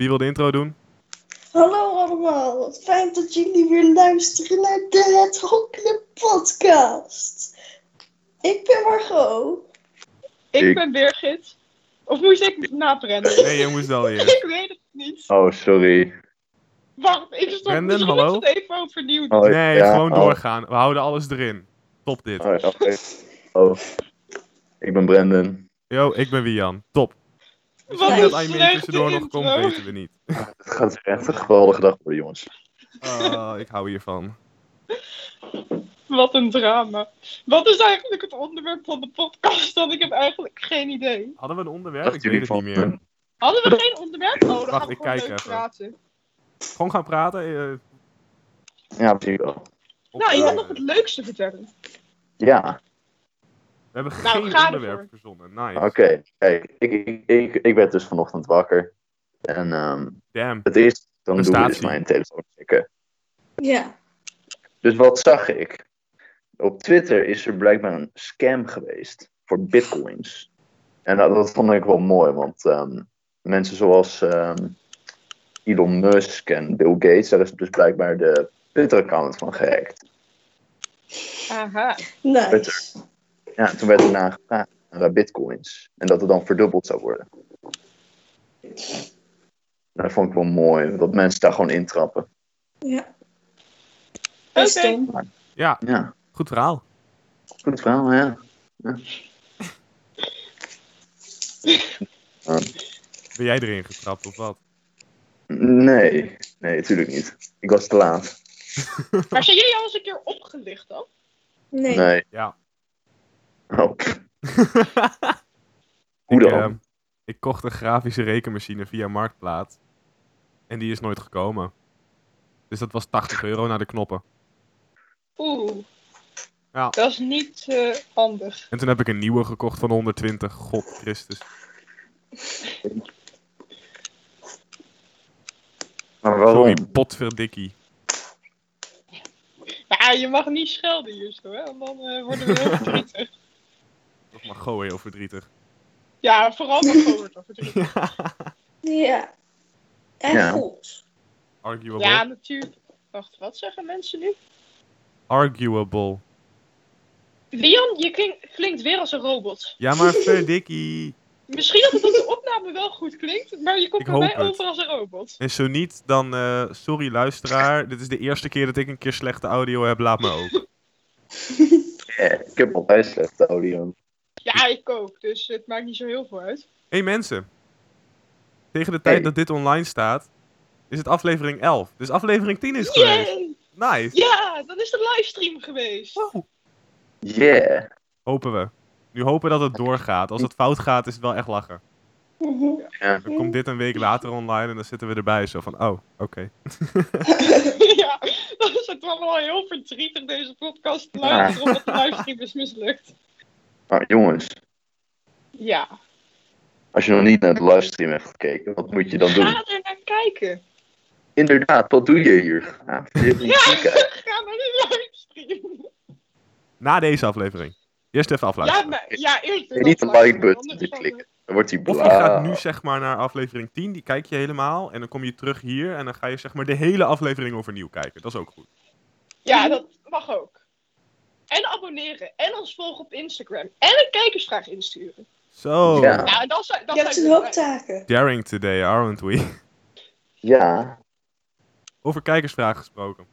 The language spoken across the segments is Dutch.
Wie wil de intro doen? Hallo allemaal, wat fijn dat jullie weer luisteren naar de Het Honkelen podcast. Ik ben Margot. Ik ben Birgit. Of moest ik naprenden? Nee, je moest wel eerst. Ik weet het niet. Oh, sorry. Wacht, ik stop. Brendan, Misschien hallo? moet het even overnieuw doen. Oh, Nee, ja, gewoon oh. doorgaan. We houden alles erin. Top dit. Oh, ja, oké. Oh. Ik ben Brendan. Yo, ik ben Wian. Top. Wat Misschien een dat Aimee slechte tussendoor nog komt, intro. weten we niet. Het gaat echt een geweldige dag worden, jongens. Ik hou hiervan. Wat een drama. Wat is eigenlijk het onderwerp van de podcast dan? Ik heb eigenlijk geen idee. Hadden we een onderwerp? Dacht Ik jullie weet het niet meer. Hadden we geen onderwerp? Oh, dan Wacht, gaan we ik gewoon kijk leuk even. praten. Gewoon gaan praten. Ja, precies wel. Nou, je kan nog het leukste vertellen. Ja, We hebben Nou, geen ga onderwerp ervoor. verzonnen. Nice. oké. Kijk, ik werd dus vanochtend wakker. En Damn. het eerste dan doe Prestatie. is mijn telefoon checken. Ja. Dus wat zag ik? Op Twitter is er blijkbaar een scam geweest voor bitcoins. En dat vond ik wel mooi, want mensen zoals Elon Musk en Bill Gates, daar is dus blijkbaar de Twitter-account van gehackt. Aha. Nice. Ja, toen werd erna gevraagd naar bitcoins. En dat het dan verdubbeld zou worden. Dat vond ik wel mooi, dat mensen daar gewoon intrappen. Ja. Best Oké. dom. Ja, Ja, goed verhaal. goed verhaal, ja. Ben jij erin getrapt of wat? Nee, natuurlijk niet. Ik was te laat. Maar zijn jullie al eens een keer opgelicht dan? Nee. Nee. Ja. Oh. Hoe Ik, dan? ik kocht een grafische rekenmachine via Marktplaats. En die is nooit gekomen. Dus dat was €80 naar de knoppen. Oeh. Ja. Dat is niet handig. En toen heb ik een nieuwe gekocht van 120. God Christus. Maar waarom? Sorry, potverdikkie. Ja, je mag niet schelden hier zo, hè? Want dan worden we heel verdrietig. Dat mag gewoon heel verdrietig. Ja, vooral Margot wordt al verdrietig. Ja. En Ja. goed. Arguable. Ja, natuurlijk. Wacht, wat zeggen mensen nu? Arguable. Leon, je klinkt weer als een robot. Ja, maar verdikkie. Misschien dat het op de opname wel goed klinkt, maar je komt Ik bij mij hoop het. over als een robot. En zo niet, dan sorry luisteraar. Dit is de eerste keer dat ik een keer slechte audio heb. Laat me ook. Ik heb altijd slechte audio. Ja, ik ook, dus het maakt niet zo heel veel uit. Hé mensen. Tegen de tijd Hey. dat dit online staat, is het aflevering 11. Dus aflevering 10 is geweest. Yay! Nice. Ja, dan is de livestream geweest. Wow. Yeah. Hopen we. Nu hopen dat het doorgaat. Als het fout gaat, is het wel echt lachen. Mhm. Ja. Dan komt dit een week later online en dan zitten we erbij zo van, oh, oké. Ja, dan is het wel heel verdrietig deze podcast te luisteren omdat de livestream is mislukt. Maar jongens, Ja. als je nog niet naar de livestream hebt gekeken, wat moet je dan doen? Ga er naar kijken. Inderdaad, wat doe je hier? Ja, je hebt niet Ja, gekeken. ga naar de livestream. Na deze aflevering. Eerst even Ja, afluisteren. maar, ja eerst En niet de like button te klikken. Dan wordt hij Of je blauw. gaat nu zeg maar naar aflevering 10, die kijk je helemaal. En dan kom je terug hier en dan ga je zeg maar de hele aflevering overnieuw kijken. Dat is ook goed. Ja, dat mag ook. En abonneren. En ons volgen op Instagram. En een kijkersvraag insturen. Zo. Ja. Ja, dat zijn... Je hebt een hoop taken. Daring today, aren't we? Ja. Over kijkersvragen gesproken.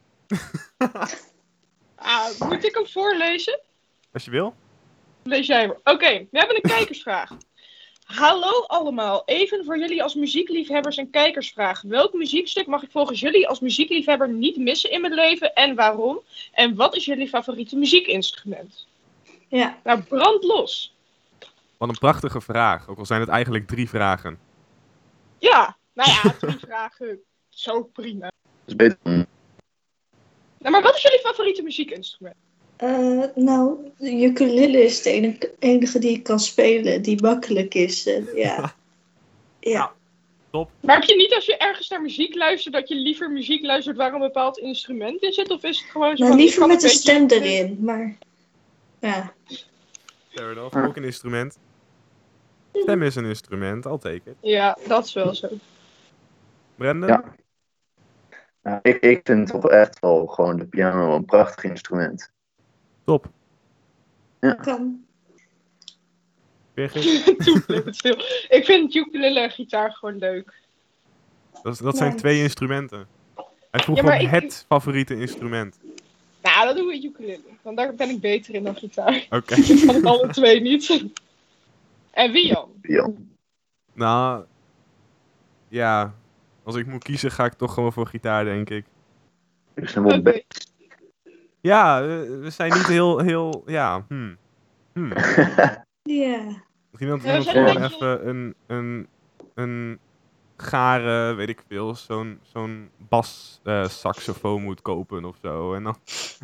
Moet ik hem voorlezen? Als je wil. Lees jij hem. Oké, we hebben een kijkersvraag. Hallo allemaal, even voor jullie als muziekliefhebbers een kijkersvraag. Welk muziekstuk mag ik volgens jullie als muziekliefhebber niet missen in mijn leven en waarom? En wat is jullie favoriete muziekinstrument? Ja. Nou, brand los. Wat een prachtige vraag. Ook al zijn het eigenlijk 3 vragen. Ja, nou ja, 3 vragen. Zo prima. Dat is beter dan... Nou, maar wat is jullie favoriete muziekinstrument? Nou, de ukulele is de enige die ik kan spelen, die makkelijk is. Ja. Ja. Maar heb je niet als je ergens naar muziek luistert, dat je liever muziek luistert waar een bepaald instrument in zit? Of is het gewoon zo Nou, van, ik liever kan met een een stem beetje- erin, maar... Ja. Fair enough. Ook een instrument. Stem is een instrument, I'll take it. Ja, dat is wel zo. Brendan? Ja. Nou, ik vind toch echt wel gewoon de piano een prachtig instrument. Top. Kan. Birgit? Ik vind ukulele en gitaar gewoon leuk. Dat zijn Nice. 2 instrumenten. Hij vroeg Ja, maar om ik- het favoriete instrument. Nou, dan doen we ukulele. Want daar ben ik beter in dan gitaar. Oké. Ik kan het alle 2 niet. En wie dan? Jan. Nou, ja. Als ik moet kiezen, ga ik toch gewoon voor gitaar, denk ik. Ik ben wel Oké. Ja, we zijn niet heel, ja. Ja. Misschien dat Ja, we iemand zijn gewoon een beetje- even een gare, weet ik veel, zo'n bas saxofoon moet kopen of zo. En dan...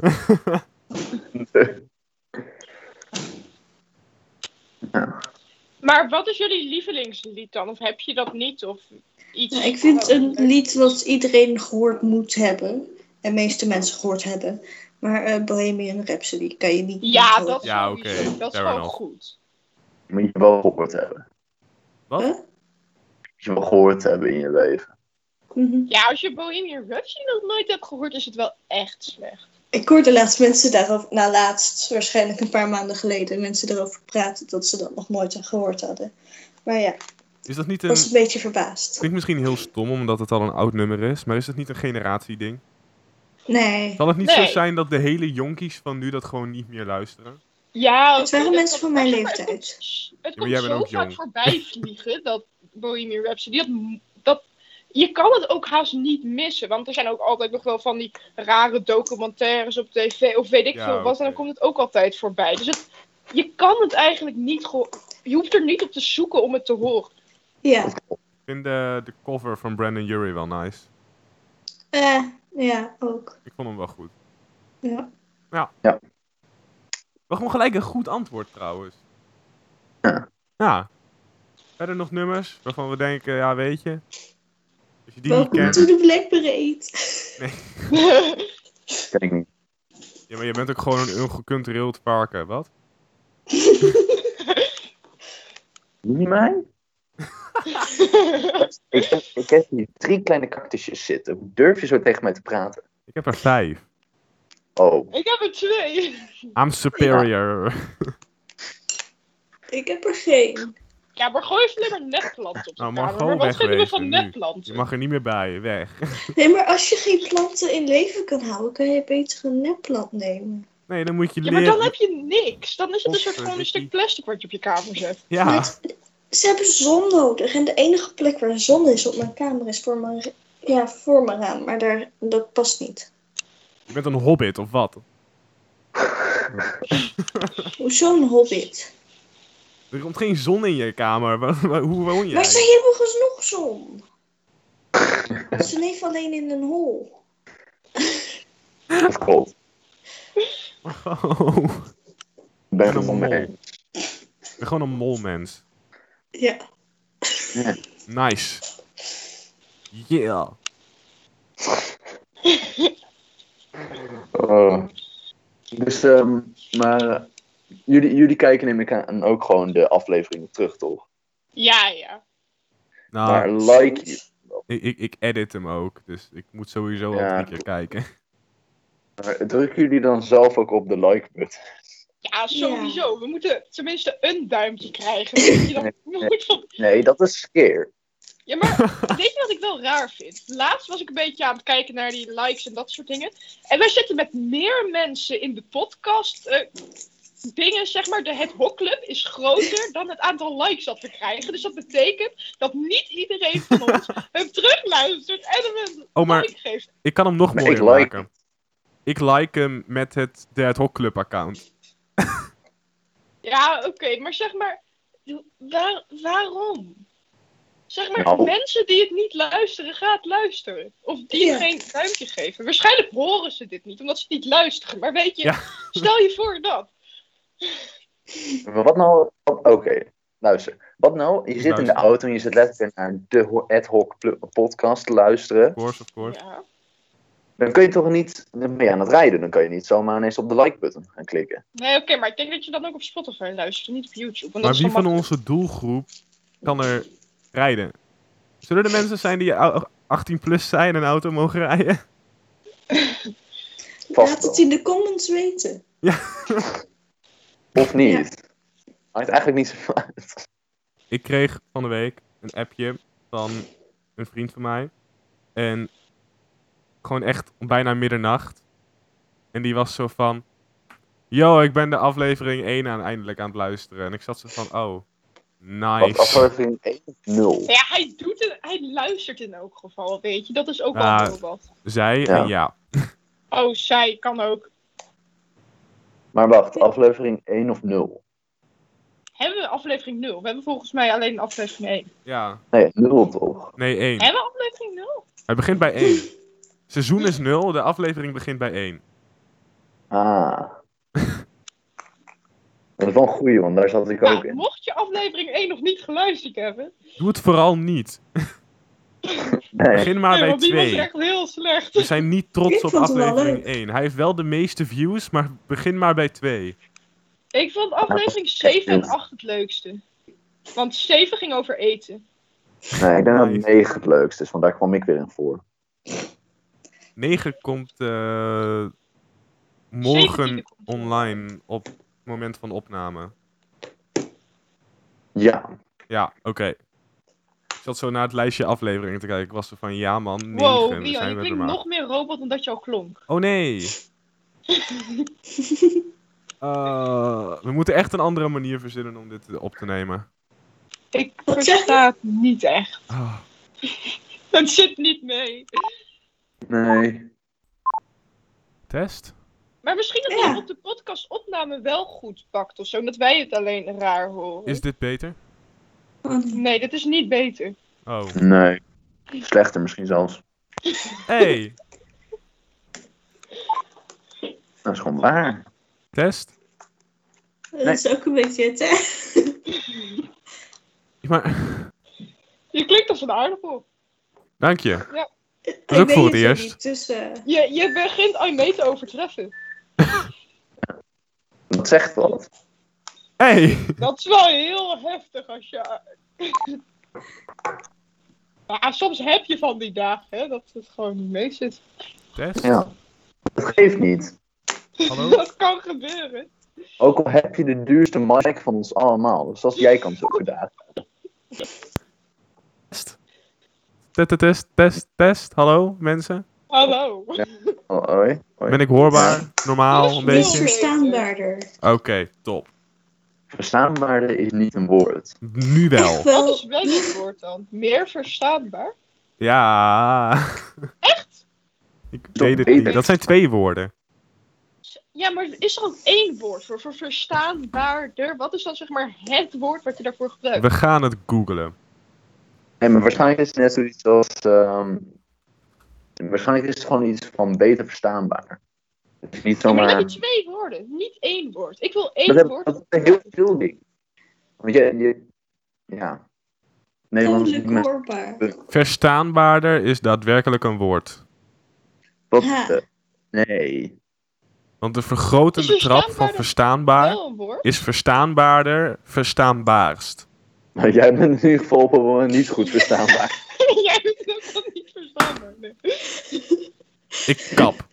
Maar wat is jullie lievelingslied dan? Of heb je dat niet? Of iets? Nou, ik vind een lied wat iedereen gehoord moet hebben. En de meeste mensen gehoord hebben. Maar Bohemian Rhapsody kan je niet Ja, horen. dat Ja, sowieso. oké, Dat is fair gewoon enough. goed. Moet je wel gehoord hebben. Wat? Huh? Moet je wel gehoord hebben in je leven. Mhm. Ja, als je Bohemian Rhapsody nog nooit hebt gehoord, is het wel echt slecht. Ik hoorde laatst mensen daarover, nou laatst, waarschijnlijk een paar maanden geleden, mensen erover praten dat ze dat nog nooit gehoord hadden. Maar ja, Is dat niet ik was een... een beetje verbaasd. Klinkt misschien heel stom, omdat het al een oud nummer is. Maar is het niet een generatieding? Nee. Zal het niet Nee. zo zijn dat de hele jonkies van nu dat gewoon niet meer luisteren? Ja, Het waren oké, mensen van mijn maar leeftijd. Het maar komt jij bent zo ook vaak jong. voorbij vliegen, dat Bohemian Rhapsody. Je kan het ook haast niet missen. Want er zijn ook altijd nog wel van die rare documentaires op tv. Of weet ik Ja, veel wat. En dan oké. komt het ook altijd voorbij. Dus je kan het eigenlijk niet... Je hoeft er niet op te zoeken om het te horen. Ja. Ik vind de cover van Brandon Urie wel nice. Ja, ook. Ik vond hem wel goed. Ja. Wel gewoon gelijk een goed antwoord trouwens. Ja. Ja. Verder nog nummers waarvan we denken, ja weet je. Als je die niet Welcome kent. to the Black Parade. Ken ik niet. Ja, maar je bent ook gewoon een ongecultureerd varken. Wat? Niet mij? Ik heb hier 3 kleine cactusjes zitten. Durf je zo tegen mij te praten? Ik heb er 5. Oh. Ik heb er 2. I'm superior. Ik heb er geen. Ja, maar gooi even maar netplanten op de Nou, kamer. Margot Maar wat vinden we wegwezen van nu. netplanten? Je mag er niet meer bij. Weg. Nee, maar als je geen planten in leven kan houden, kan je beter een nepplant nemen. Nee, dan moet je Ja, maar leren. dan heb je niks. Dan is het een soort gewoon een Potverdikkie. stuk plastic wat je op je kamer zet. Ja. Maar ze hebben zon nodig. En de enige plek waar zon is op mijn kamer is voor mijn raam. Maar dat past niet. Je bent een hobbit of wat? Hoezo een hobbit? Er komt geen zon in je kamer. Hoe woon jij? Maar ze hebben genoeg zon. Ze leven alleen in een hol. Dat klopt. Oh. Ik ben een het wel mee. mol. Ik ben gewoon een molmens. Ja. Nice. Yeah. Dus, maar jullie kijken neem ik aan ook gewoon de afleveringen terug, toch? Ja. Maar Nou, like je. ik edit hem ook. Dus ik moet sowieso al Ja, 3 keer kijken. Maar drukken jullie dan zelf ook op de like-button? Ja, sowieso. We moeten tenminste een duimpje krijgen. Dat je dan moet van... Nee, dat is scare. Ja, maar weet je wat ik wel raar vind? Laatst was ik een beetje aan het kijken naar die likes en dat soort dingen. En wij zitten met meer mensen in de podcast dingen, zeg maar. Het Hokclub is groter dan het aantal likes dat we krijgen. Dus dat betekent dat niet iedereen van ons hem terugluistert en hem een Oh, maar like geeft. ik kan hem nog Maar mooier ik like maken. Ik like hem met de Ad Hoc Club account. Ja, oké, maar zeg maar, waarom? Zeg maar, Nou. mensen die het niet luisteren, gaat luisteren. Of die Ja. geen duimpje geven. Waarschijnlijk horen ze dit niet, omdat ze het niet luisteren. Maar weet je, Ja. stel je voor dat. Maar wat nou? Oké, luister. Wat nou? Je zit in de luister. auto en je zit letterlijk naar de Ad Hoc podcast te luisteren. Of course. Ja. Dan kun je toch niet. Dan ben je aan het rijden. Dan kan je niet zomaar ineens op de like-button gaan klikken. Nee, oké, maar ik denk dat je dan ook op Spotify luistert, niet op YouTube. Want Maar dat is wie dan van makkelijk. onze doelgroep kan er rijden? Zullen er mensen zijn die 18 plus zijn en een auto mogen rijden? Vast Laat wel. het in de comments weten. Of niet. Maakt eigenlijk niet zoveel uit. Ik kreeg van de week een appje van een vriend van mij. En gewoon echt bijna middernacht. En die was zo van... Yo, ik ben de aflevering 1 eindelijk aan het luisteren. En ik zat zo van, oh, Wat nice. aflevering 1-0. Ja, hij luistert in elk geval, weet je. Dat is ook Ja. al heel wat. Zij Ja. en ja. Oh, zij kan ook. Maar wacht, aflevering 1 of 0? Hebben we aflevering 0? We hebben volgens mij alleen aflevering 1. Ja, Nee, 0 toch? nee, 1. Hebben we aflevering 0? Het begint bij 1. Seizoen is 0, de aflevering begint bij 1. Ah. Dat is wel een goeie, want daar zat ik ook Nou, in. mocht je aflevering 1 nog niet geluisterd hebben... Doe het vooral niet. Nee. Begin maar bij want die was 2. echt heel slecht. We zijn niet trots Ik op vond het wel aflevering leuk. 1. Hij heeft wel de meeste views, maar begin maar bij 2. Ik vond aflevering 7 en 8 het leukste. Want 7 ging over eten. Nee, ik denk dat Nice. 9 het leukste is, want daar kwam ik weer in voor. 9 komt 17e morgen komt online op het moment van opname. Ja. Ja, oké. Ik zat zo naar het lijstje afleveringen te kijken. Ik was er van, ja man, 9. Wow, dan Rian, zijn je we klinkt er maar. nog meer robot dan dat je al klonk. Oh nee. We moeten echt een andere manier verzinnen om dit op te nemen. Ik Wat zeg je? versta het niet echt. Ah, Het zit niet mee. Nee. test? Maar misschien dat Ja. hij op de podcastopname wel goed pakt of zo. Dat wij het alleen raar horen. Is dit beter? Nee, dit is niet beter. Oh. Nee. Slechter misschien zelfs. Hey, Dat is gewoon waar. test? Dat is ook een beetje het, hè? Maar, Je klinkt als een aardappel. dank je. Ja. is ook Ik voor weet het zo eerst. niet, dus, Je begint Aimee te overtreffen. Dat zegt wat. Hey! Dat is wel heel heftig als je... Ja, soms heb je van die dagen, hè, dat het gewoon niet mee zit. Test? Ja. Dat geeft niet. Hallo? Dat kan gebeuren. Ook al heb je de duurste mic van ons allemaal. Dus als jij kan zulke dagen. Test? Test? Hallo, mensen? Hallo. Ja. Oh, hoi. Hoi. Ben ik hoorbaar? Normaal, een niet Beetje. beetje? verstaanbaarder. Oké, top. Verstaanbaarde is niet een woord. Nu wel. Echt Wat wel. is wel het woord dan? Meer verstaanbaar? Ja. Echt? Ik Toch weet het beter. niet. Dat zijn 2 woorden. Ja, maar is er ook één woord voor verstaanbaarder? Wat is dan zeg maar het woord wat je daarvoor gebruikt? We gaan het googlen. Nee, maar waarschijnlijk is het net zoiets als... waarschijnlijk is het gewoon iets van beter verstaanbaar. Het is niet Ja, maar dan zomaar... heb je 2 woorden, niet één woord. Ik wil Dat één woord. dat zijn heel veel dingen. Want ja. Nederlands is Dodelijk met hoorbaar. Verstaanbaarder is daadwerkelijk een woord. wat Ha. Want nee. de vergrotende Is trap van verstaanbaar Wel een woord. is verstaanbaarder, verstaanbaarst. Maar jij bent in ieder geval op een moment niet goed verstaanbaar. Jij bent ook wel niet verstaanbaar. Nee. Ik kap.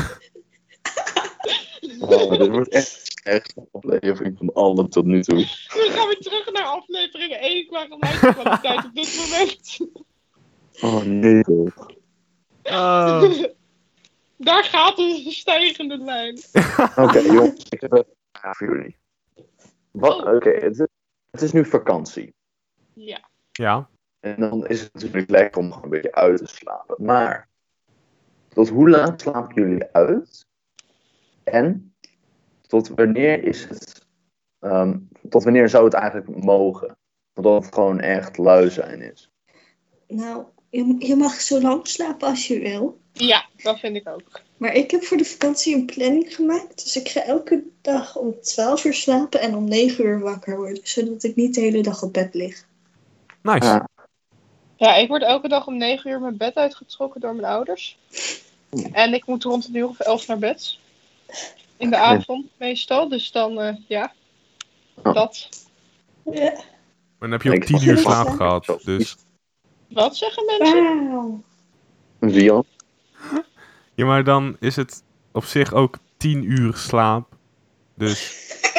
Oh, dit wordt echt een aflevering van alle tot nu toe. We gaan weer terug naar aflevering 1 qua geluidskwaliteit op dit moment. Oh nee toch. Oh. Daar gaat een stijgende lijn. Oké jongens, ik heb een vraag voor jullie. Oh. Oké, het is nu vakantie. Ja. Ja. En dan is het natuurlijk lekker om gewoon een beetje uit te slapen. Maar, tot hoe laat slapen jullie uit? En, tot wanneer is het... tot wanneer zou het eigenlijk mogen? Totdat het gewoon echt lui zijn is. Nou, je mag zo lang slapen als je wil. Ja, dat vind ik ook. Maar ik heb voor de vakantie een planning gemaakt. Dus ik ga elke dag om 12 uur slapen en om 9 uur wakker worden. Zodat ik niet de hele dag op bed lig. Nice. Ja. Ja, ik word elke dag om 9 uur mijn bed uitgetrokken door mijn ouders. En ik moet rond een uur of 11 naar bed. In de avond meestal. Dus dan, ja. Oh. Dat. Ja. Maar dan heb je ook Ik 10 snap uur het. slaap gehad. Dus Wat zeggen mensen? Wauw. Wian? Ja, maar dan is het op zich ook 10 uur slaap. Dus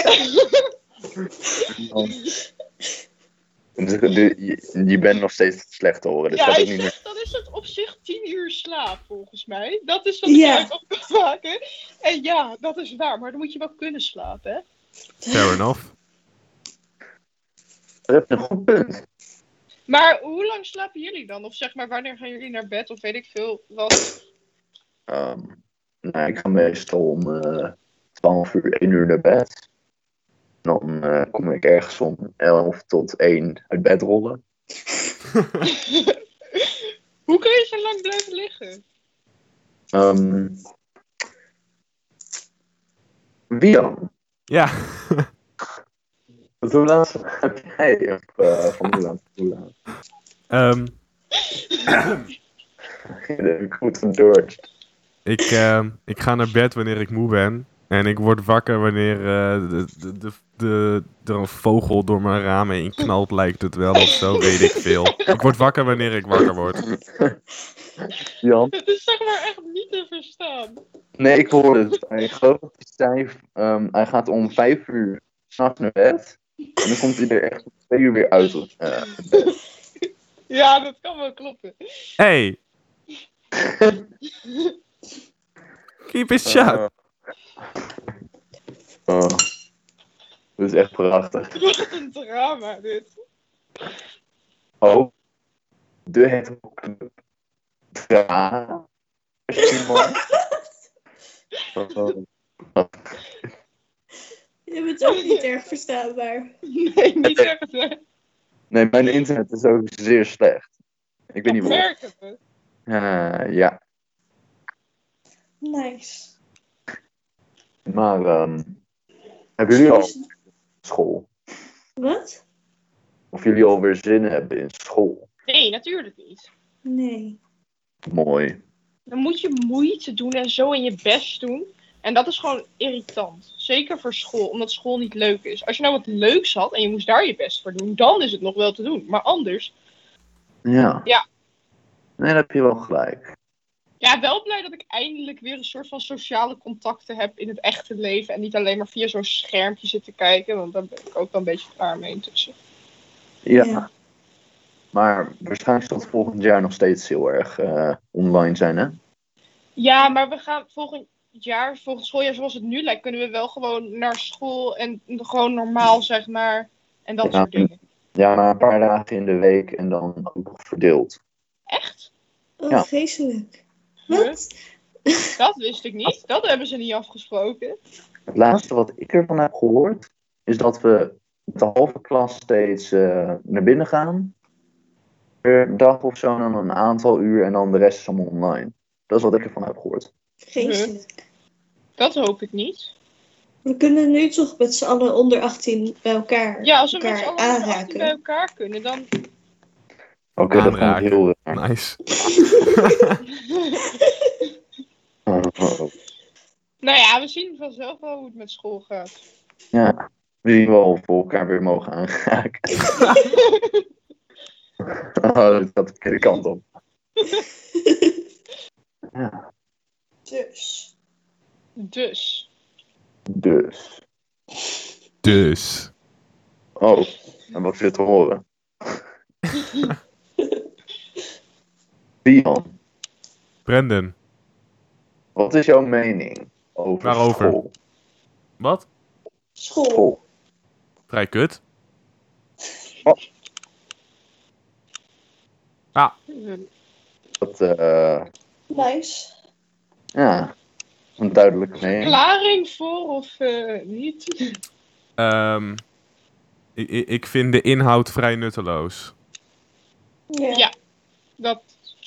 Je bent nog steeds slecht te horen, dus Ja, gaat hij ook niet meer. zegt, dan is het op zich 10 uur slaap, volgens mij. Dat is wat Ja. ik uit op kan maken. En ja, dat is waar, maar dan moet je wel kunnen slapen, hè? fair enough. Dat heb je een goed punt. Maar hoe lang slapen jullie dan? Of zeg maar, wanneer gaan jullie naar bed? Of weet ik veel wat? Nou, ik ga meestal om 12 uur, 1 uur naar bed. Dan kom ik ergens om 11 tot 1 uit bed rollen. Hoe kun je zo lang blijven liggen? Wian, Ja. hoe laat heb jij van hoe laat? Ehm, Goed gedurged. ik ga naar bed wanneer ik moe ben. En ik word wakker wanneer er een vogel door mijn raam heen knalt, lijkt het wel of zo, weet ik veel. Ik word wakker wanneer ik wakker word. Jan? Het is zeg maar echt niet te verstaan. Nee, ik hoor het. Ik geloof dat hij gaat om 5 uur 's nachts naar bed. En dan komt hij er echt om 2 uur weer uit. Ja, dat kan wel kloppen. Hey! Keep it shut. Dat is echt prachtig. Wat een drama, dit. Oh, de hetero-club. Ja. Je bent ook niet erg verstaanbaar. Nee, niet echt, hè. Nee, mijn internet is ook zeer slecht. Ik weet niet waarom. Merk het, hè. Ja, Nice. maar hebben jullie al school? Wat? Of jullie alweer zin hebben in school? Nee, natuurlijk niet. Nee. Mooi. Dan moet je moeite doen en zo in je best doen. En dat is gewoon irritant. Zeker voor school, omdat school niet leuk is. Als je nou wat leuks had en je moest daar je best voor doen, dan is het nog wel te doen. Maar anders, Ja. Ja. Nee, daar heb je wel gelijk. ja, wel blij dat ik eindelijk weer een soort van sociale contacten heb in het echte leven. En niet alleen maar via zo'n schermpje zit te kijken, want daar ben ik ook wel een beetje klaar mee intussen. Ja. Ja. Maar waarschijnlijk zal het volgend jaar nog steeds heel erg online zijn, hè? Ja, maar we gaan volgend schooljaar zoals het nu lijkt, kunnen we wel gewoon naar school en gewoon normaal, zeg maar. En dat Ja. soort dingen. Ja, maar een paar dagen in de week en dan ook nog verdeeld. Echt? Oh, Ja. vreselijk. Huh? Wat? Dat wist ik niet. Dat hebben ze niet afgesproken. Het laatste wat ik ervan heb gehoord, is dat we met de halve klas steeds naar binnen gaan. Per dag of zo, dan een aantal uur en dan de rest is allemaal online. Dat is wat ik ervan heb gehoord. Vreselijk. Dat hoop ik niet. We kunnen nu toch met z'n allen onder 18 bij elkaar, Ja, als we met elkaar z'n allen onder 18 aanraken. bij elkaar kunnen, dan... Oké, dat vond ik Aanraken. heel raar. Nice. Nou ja, we zien vanzelf wel hoe het met school gaat. Ja, we zien wel of we elkaar weer mogen aanraken. Oh, dat gaat de verkeerde kant op. Ja, Dus. Dus. dus. Dus. Oh, en wat zit te horen? Dion, Brendan. wat is jouw mening over Waarover? school? Wat? School. Vrij kut. Dat, Nice. ja, een duidelijke mening. Verklaring voor of niet? Ik vind de inhoud vrij nutteloos. Ja. Ja. Dat,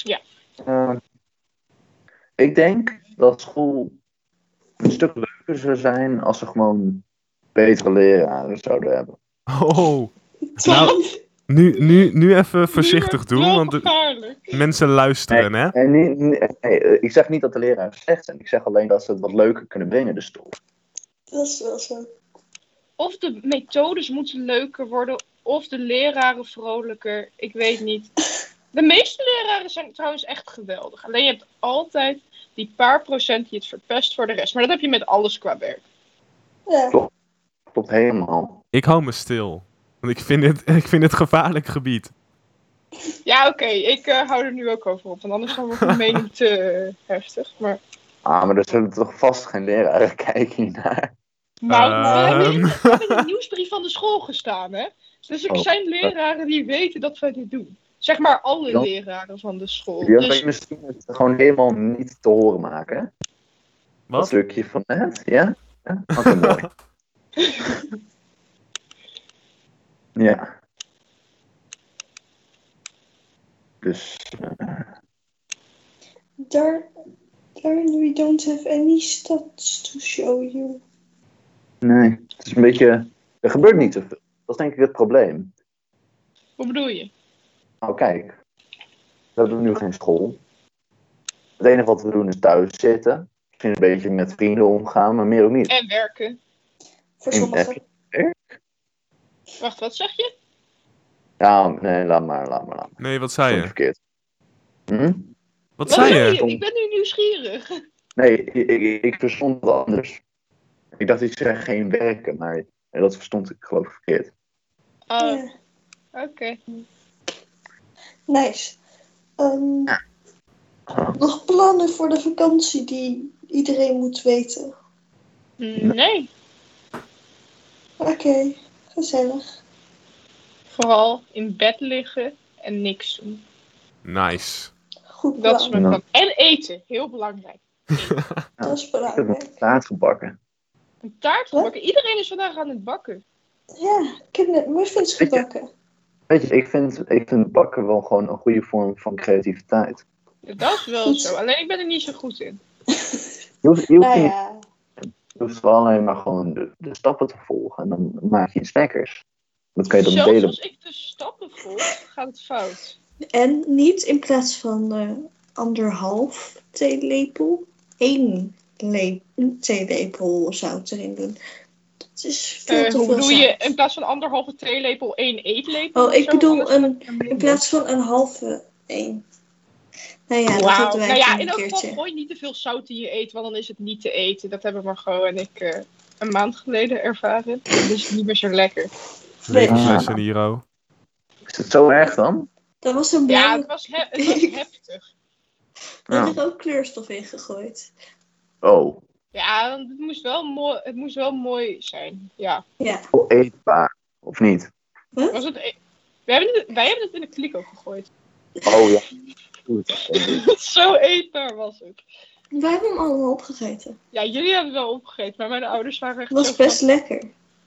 Ik denk dat school een stuk leuker zou zijn als ze gewoon betere leraren zouden hebben. Oh. Nou, nu even voorzichtig doen, want de gevaarlijk. mensen luisteren, hè? En nee, ik zeg niet dat de leraren slecht zijn. Ik zeg alleen dat ze het wat leuker kunnen brengen, de stof. Dat is wel zo. Of de methodes moeten leuker worden, of de leraren vrolijker. Ik weet niet. De meeste leraren zijn trouwens echt geweldig. Alleen je hebt altijd die paar procent die het verpest voor de rest. Maar dat heb je met alles qua werk. Ja. Klopt helemaal. Ik hou me stil. Want ik vind het gevaarlijk gebied. Ja, oké. Ik hou er nu ook over op. Want anders dan wordt mijn mening te heftig. Maar Maar er zullen toch vast geen leraren kijken hiernaar. nou, we Ehm. hebben in de nieuwsbrief van de school gestaan, hè. Dus er Oh. zijn leraren die weten dat wij dit doen. Zeg maar alle Ja. leraren van de school. Ja, Dus misschien het gewoon helemaal niet te horen maken. Hè? Dat Wat? stukje van net, ja? Ja? Oké, mooi. Ja. Dus, Darn, we don't have any stats to show you. nee, het is een beetje, er gebeurt niet zoveel. Dat is denk ik het probleem. hoe bedoel je? Nou kijk, we hebben nu geen school. Het enige wat we doen is thuis zitten. Misschien een beetje met vrienden omgaan, maar meer ook niet. En werken. Voor En sommigen. Wacht, wat zeg je? Ja, nee, laat maar. Nee, wat Stond zei je? verkeerd. Wat Wat zei je? Ik ben nu nieuwsgierig. Nee, ik verstond het anders. Ik dacht, ik zeg geen werken, maar dat verstond ik geloof ik verkeerd. Oh, Ja, oké. nice. Nog plannen voor de vakantie die iedereen moet weten? Nee, Oké, gezellig. vooral in bed liggen en niks doen. Nice. Goed Dat is plan. mijn plan. En eten, heel belangrijk. Dat is Ik heb belangrijk. een taart gebakken. Een taart gebakken. Iedereen is vandaag aan het bakken. Ja, ik heb net muffins gebakken. Weet je, ik vind bakken wel gewoon een goede vorm van creativiteit. Dat is wel Goed. zo. Alleen ik ben er niet zo goed in. Je Nou ja, hoeft wel alleen maar gewoon de stappen te volgen en dan maak je iets lekkers. Dat kan je dan Zelfs delen. als ik de stappen volg, gaat het fout. en niet in plaats van 1,5 theelepel, 1 theelepel zout erin doen. Dat is veel te Hoe veel bedoel je, zout. in plaats van 1,5 theelepel, 1 eetlepel? Oh, of ik zo? bedoel Anders dan heb ik er in minder. plaats van een halve 1. Nou ja, dat Wauw. hadden wij Nou ja, toen in een elk geval keertje. gooi niet te veel zout in je eten, want dan is het niet te eten. Dat hebben Margot en ik een maand geleden ervaren. Dan is het niet meer zo lekker. Lege Nee. flessen, Niro. Is het zo erg dan? Dat was een Ja, blauwe... het was heftig. Daar Ja. is ook kleurstof in gegooid. Oh, Ja, want het moest wel mooi zijn. Ja. Ja. eetbaar. Of niet? Was het wij hebben het in de kliko gegooid. Oh ja. Goed. Zo eetbaar was het. Wij hebben hem allemaal opgegeten. Ja, jullie hebben het wel opgegeten, maar mijn ouders waren echt Het was zo best van- lekker.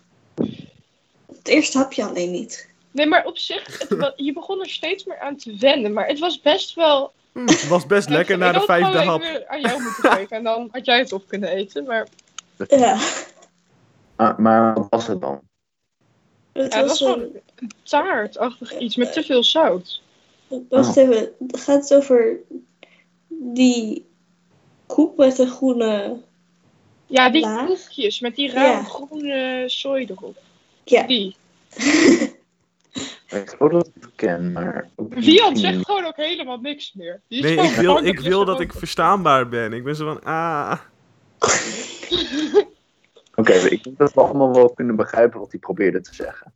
Het eerste hapje alleen niet. Nee, maar op zich, je begon er steeds meer aan te wennen. Maar het was best wel... Het was best lekker na de Ik had het 5e gewoon hap. even weer aan jou moeten geven. En dan had jij het op kunnen eten. Maar Ja. Maar wat was het dan? Het ja, het was was gewoon een taartachtig iets met te veel zout. Wacht even. Gaat het over die koek met een groene... Ja, die Laag? koekjes met die rare Ja. groene zooi erop. Ja. Die. Ik geloof dat ik het ken, maar... Vian zegt gewoon ook helemaal niks meer. Die is Nee, gewoon bang ik dat wil je dat zo- ik verstaanbaar ben. Ik ben zo van, Oké, ik denk dat we allemaal wel kunnen begrijpen wat hij probeerde te zeggen.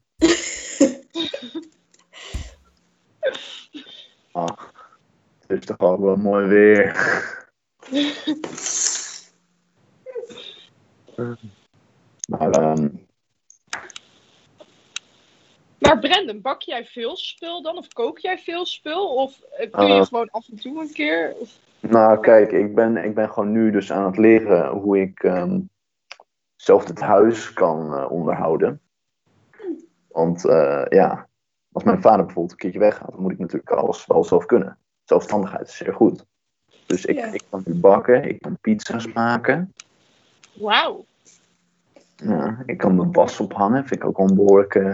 Het is toch ook wel mooi weer. Maar Maar Brandon, bak jij veel spul dan? Of kook jij veel spul? Of doe je gewoon af en toe een keer? Of... nou kijk, ik ben gewoon nu dus aan het leren hoe ik zelf het huis kan onderhouden. Want ja, als mijn vader bijvoorbeeld een keertje weggaat, dan moet ik natuurlijk alles wel zelf kunnen. Zelfstandigheid is zeer goed. Dus ik kan nu bakken, ik kan pizza's maken. Wauw. Ja, ik kan mijn was ophangen, vind ik ook wel een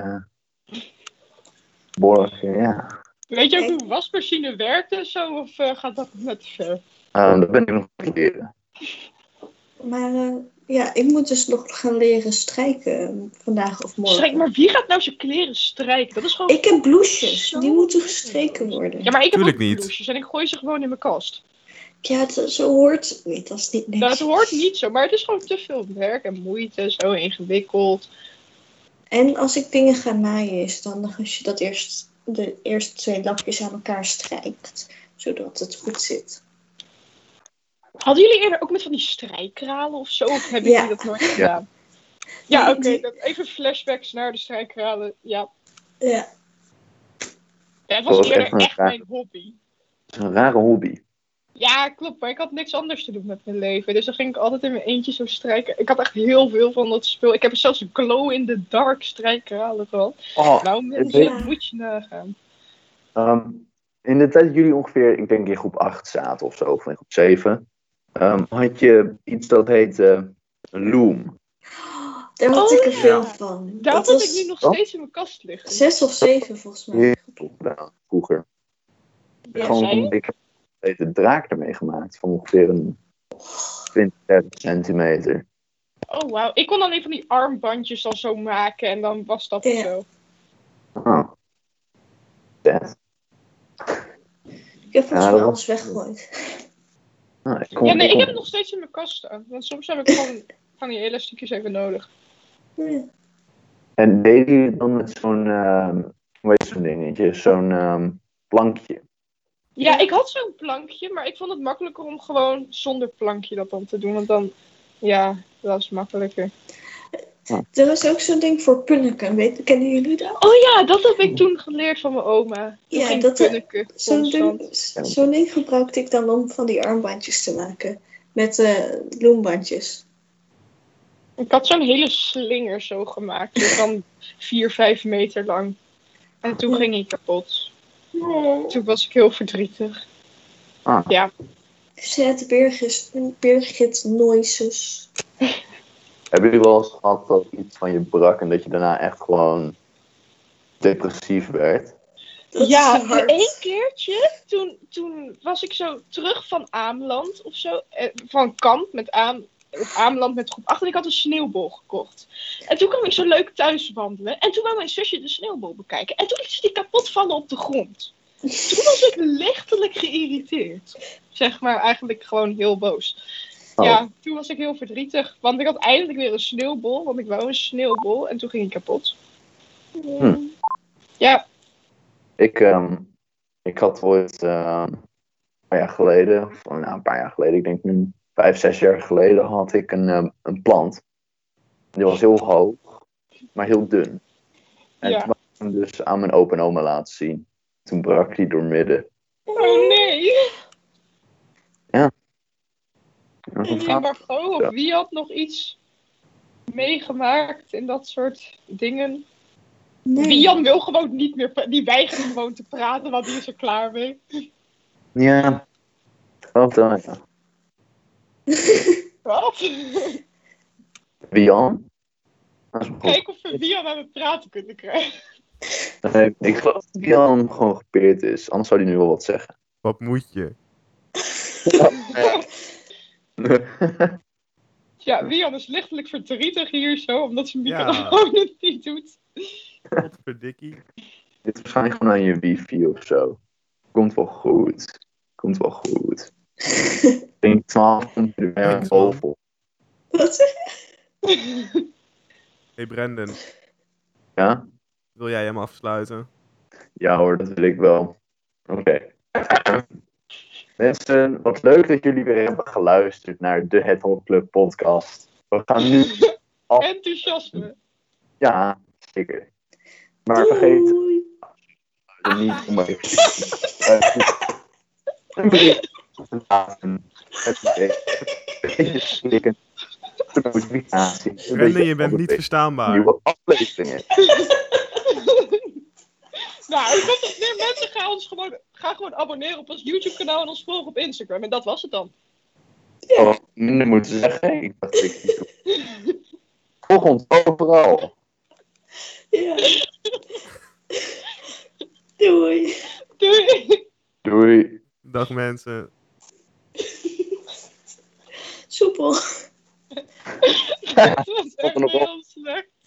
behoorlijk, ja. Weet je ook hoe een wasmachine werkt en zo? Of gaat dat net te ver? Dat ben ik nog aan het leren. Maar Ja, ik moet dus nog gaan leren strijken vandaag of morgen. Strijk, maar wie gaat nou zijn kleren strijken? Dat is gewoon... Ik heb blouses, Zo die moeten gestreken worden. Ja, maar ik heb Tuurlijk ook niet. blouses en ik gooi ze gewoon in mijn kast. Ja, zo hoort het niet. Dat is niet Nou, het netjes. hoort niet zo, maar het is gewoon te veel werk en moeite, zo ingewikkeld. En als ik dingen ga naaien, is dan als je dat de eerste 2 lapjes aan elkaar strijkt, zodat het goed zit. Hadden jullie eerder ook met van die strijkkralen of zo? Of hebben Ja. jullie dat nooit gedaan? Ja, Die- oké. die- Even flashbacks naar de strijkkralen. Ja. Ja. Ja, het Dat was was eerder echt een echt vraag. mijn hobby. Het is een rare hobby. Ja, klopt. Maar ik had niks anders te doen met mijn leven. Dus dan ging ik altijd in mijn eentje zo strijken. Ik had echt heel veel van dat spul. Ik heb zelfs een glow-in-the-dark strijkkralen gehad. Oh, Nou, mensen, Ja. moet je nagaan. in de tijd dat jullie ongeveer, ik denk in groep 8 zaten of zo, of in groep 7, had je iets dat heette Loom. Daar had Oh, ik een ja. film van. Daar Dat had was ik nu nog Wat? steeds in mijn kast liggen. 6 of 7 volgens mij. Heel veel gedaan, vroeger. Ja, zei je? Gewoon, ik heb een draak ermee gemaakt van ongeveer een 20, 30 centimeter. Oh, wauw. Ik kon alleen van die armbandjes al zo maken en dan was dat Ja. zo. Oh. Vet. Ik heb volgens Ja, mij dat alles was- weggegooid. Nou, Ja, nee, ik heb het nog steeds in mijn kast staan. Want soms heb ik gewoon van die elastiekjes even nodig. Ja. En deden jullie dan met zo'n, hoe heet zo'n dingetje, zo'n plankje? Ja, ik had zo'n plankje, maar ik vond het makkelijker om gewoon zonder plankje dat dan te doen. Want dan, ja, dat is makkelijker. Er was ook zo'n ding voor punniken. Kennen jullie dat? Oh ja, dat heb ik toen geleerd van mijn oma. Toen Ja, ging dat- punniken Zo'n constant. ding gebruikte ik dan om van die armbandjes te maken. Met bloembandjes. Ik had zo'n hele slinger zo gemaakt. Dus dan 4, 5 meter lang. En toen Ja. ging hij kapot. Toen was ik heel verdrietig. Ah. Ja. Zet Birgit Noises. Hebben jullie wel eens gehad dat iets van je brak en dat je daarna echt gewoon depressief werd? Dat Ja, is hard. één keertje, toen was ik zo terug van Ameland of zo. Van kamp met Ameland met groep 8 en ik had een sneeuwbol gekocht. En toen kwam ik zo leuk thuis wandelen. En toen wou mijn zusje de sneeuwbol bekijken. En toen liet ze die kapot vallen op de grond. Toen was ik lichtelijk geïrriteerd. Zeg maar eigenlijk gewoon heel boos. Oh. Ja, toen was ik heel verdrietig. Want ik had eindelijk weer een sneeuwbol. Want ik wou een sneeuwbol. En toen ging ik kapot. Ja. Ik had ooit een paar jaar geleden, of nou, een paar jaar geleden, ik denk nu 5, 6 jaar geleden, had ik een plant. Die was heel hoog, maar heel dun. En Ja. toen wou ik hem dus aan mijn opa en oma laten zien. Toen brak die doormidden. Oh nee. En En dat Margot of wie had nog iets meegemaakt in dat soort dingen? Nee. Wian wil gewoon niet meer, die weigert gewoon te praten, want die is er klaar mee. Ja, geloof dat, ja. Wat? Wian? Dat is goed. Kijk of we Wian aan het praten kunnen krijgen. Nee, ik geloof dat Wian gewoon gepeerd is, anders zou hij nu wel wat zeggen. Wat moet je? Ja, Wian is lichtelijk verdrietig hier zo, omdat zijn Ja. microfoon het niet doet. Potverdikkie. Dit is waarschijnlijk gewoon aan je wifi of zo. Komt wel goed. Komt wel goed. Ik denk 12 komt er weer Thanks, man. bovenop. Wat zeg je? Hey Brandon, Ja? wil jij hem afsluiten? Ja hoor, dat wil ik wel. Oké. Mensen, wat leuk dat jullie weer hebben geluisterd naar de Het Hot Club podcast. We gaan nu af. Enthousiasme. Ja, zeker. Maar vergeet Doei. niet om even een bericht te laten. Het klikken. De notificatie. Brandon, je bent niet verstaanbaar. Nieuwe afleveringen. Nou, ik hoop dat meer mensen gaan gewoon abonneren op ons YouTube kanaal en ons volgen op Instagram. En dat was het dan. Oh, minder moeten zeggen. Ik dacht ik niet doe. Volg ons overal. Ja. Doei. Doei. Doei. Dag mensen. Soepel. Dat was echt er nog op. heel slecht.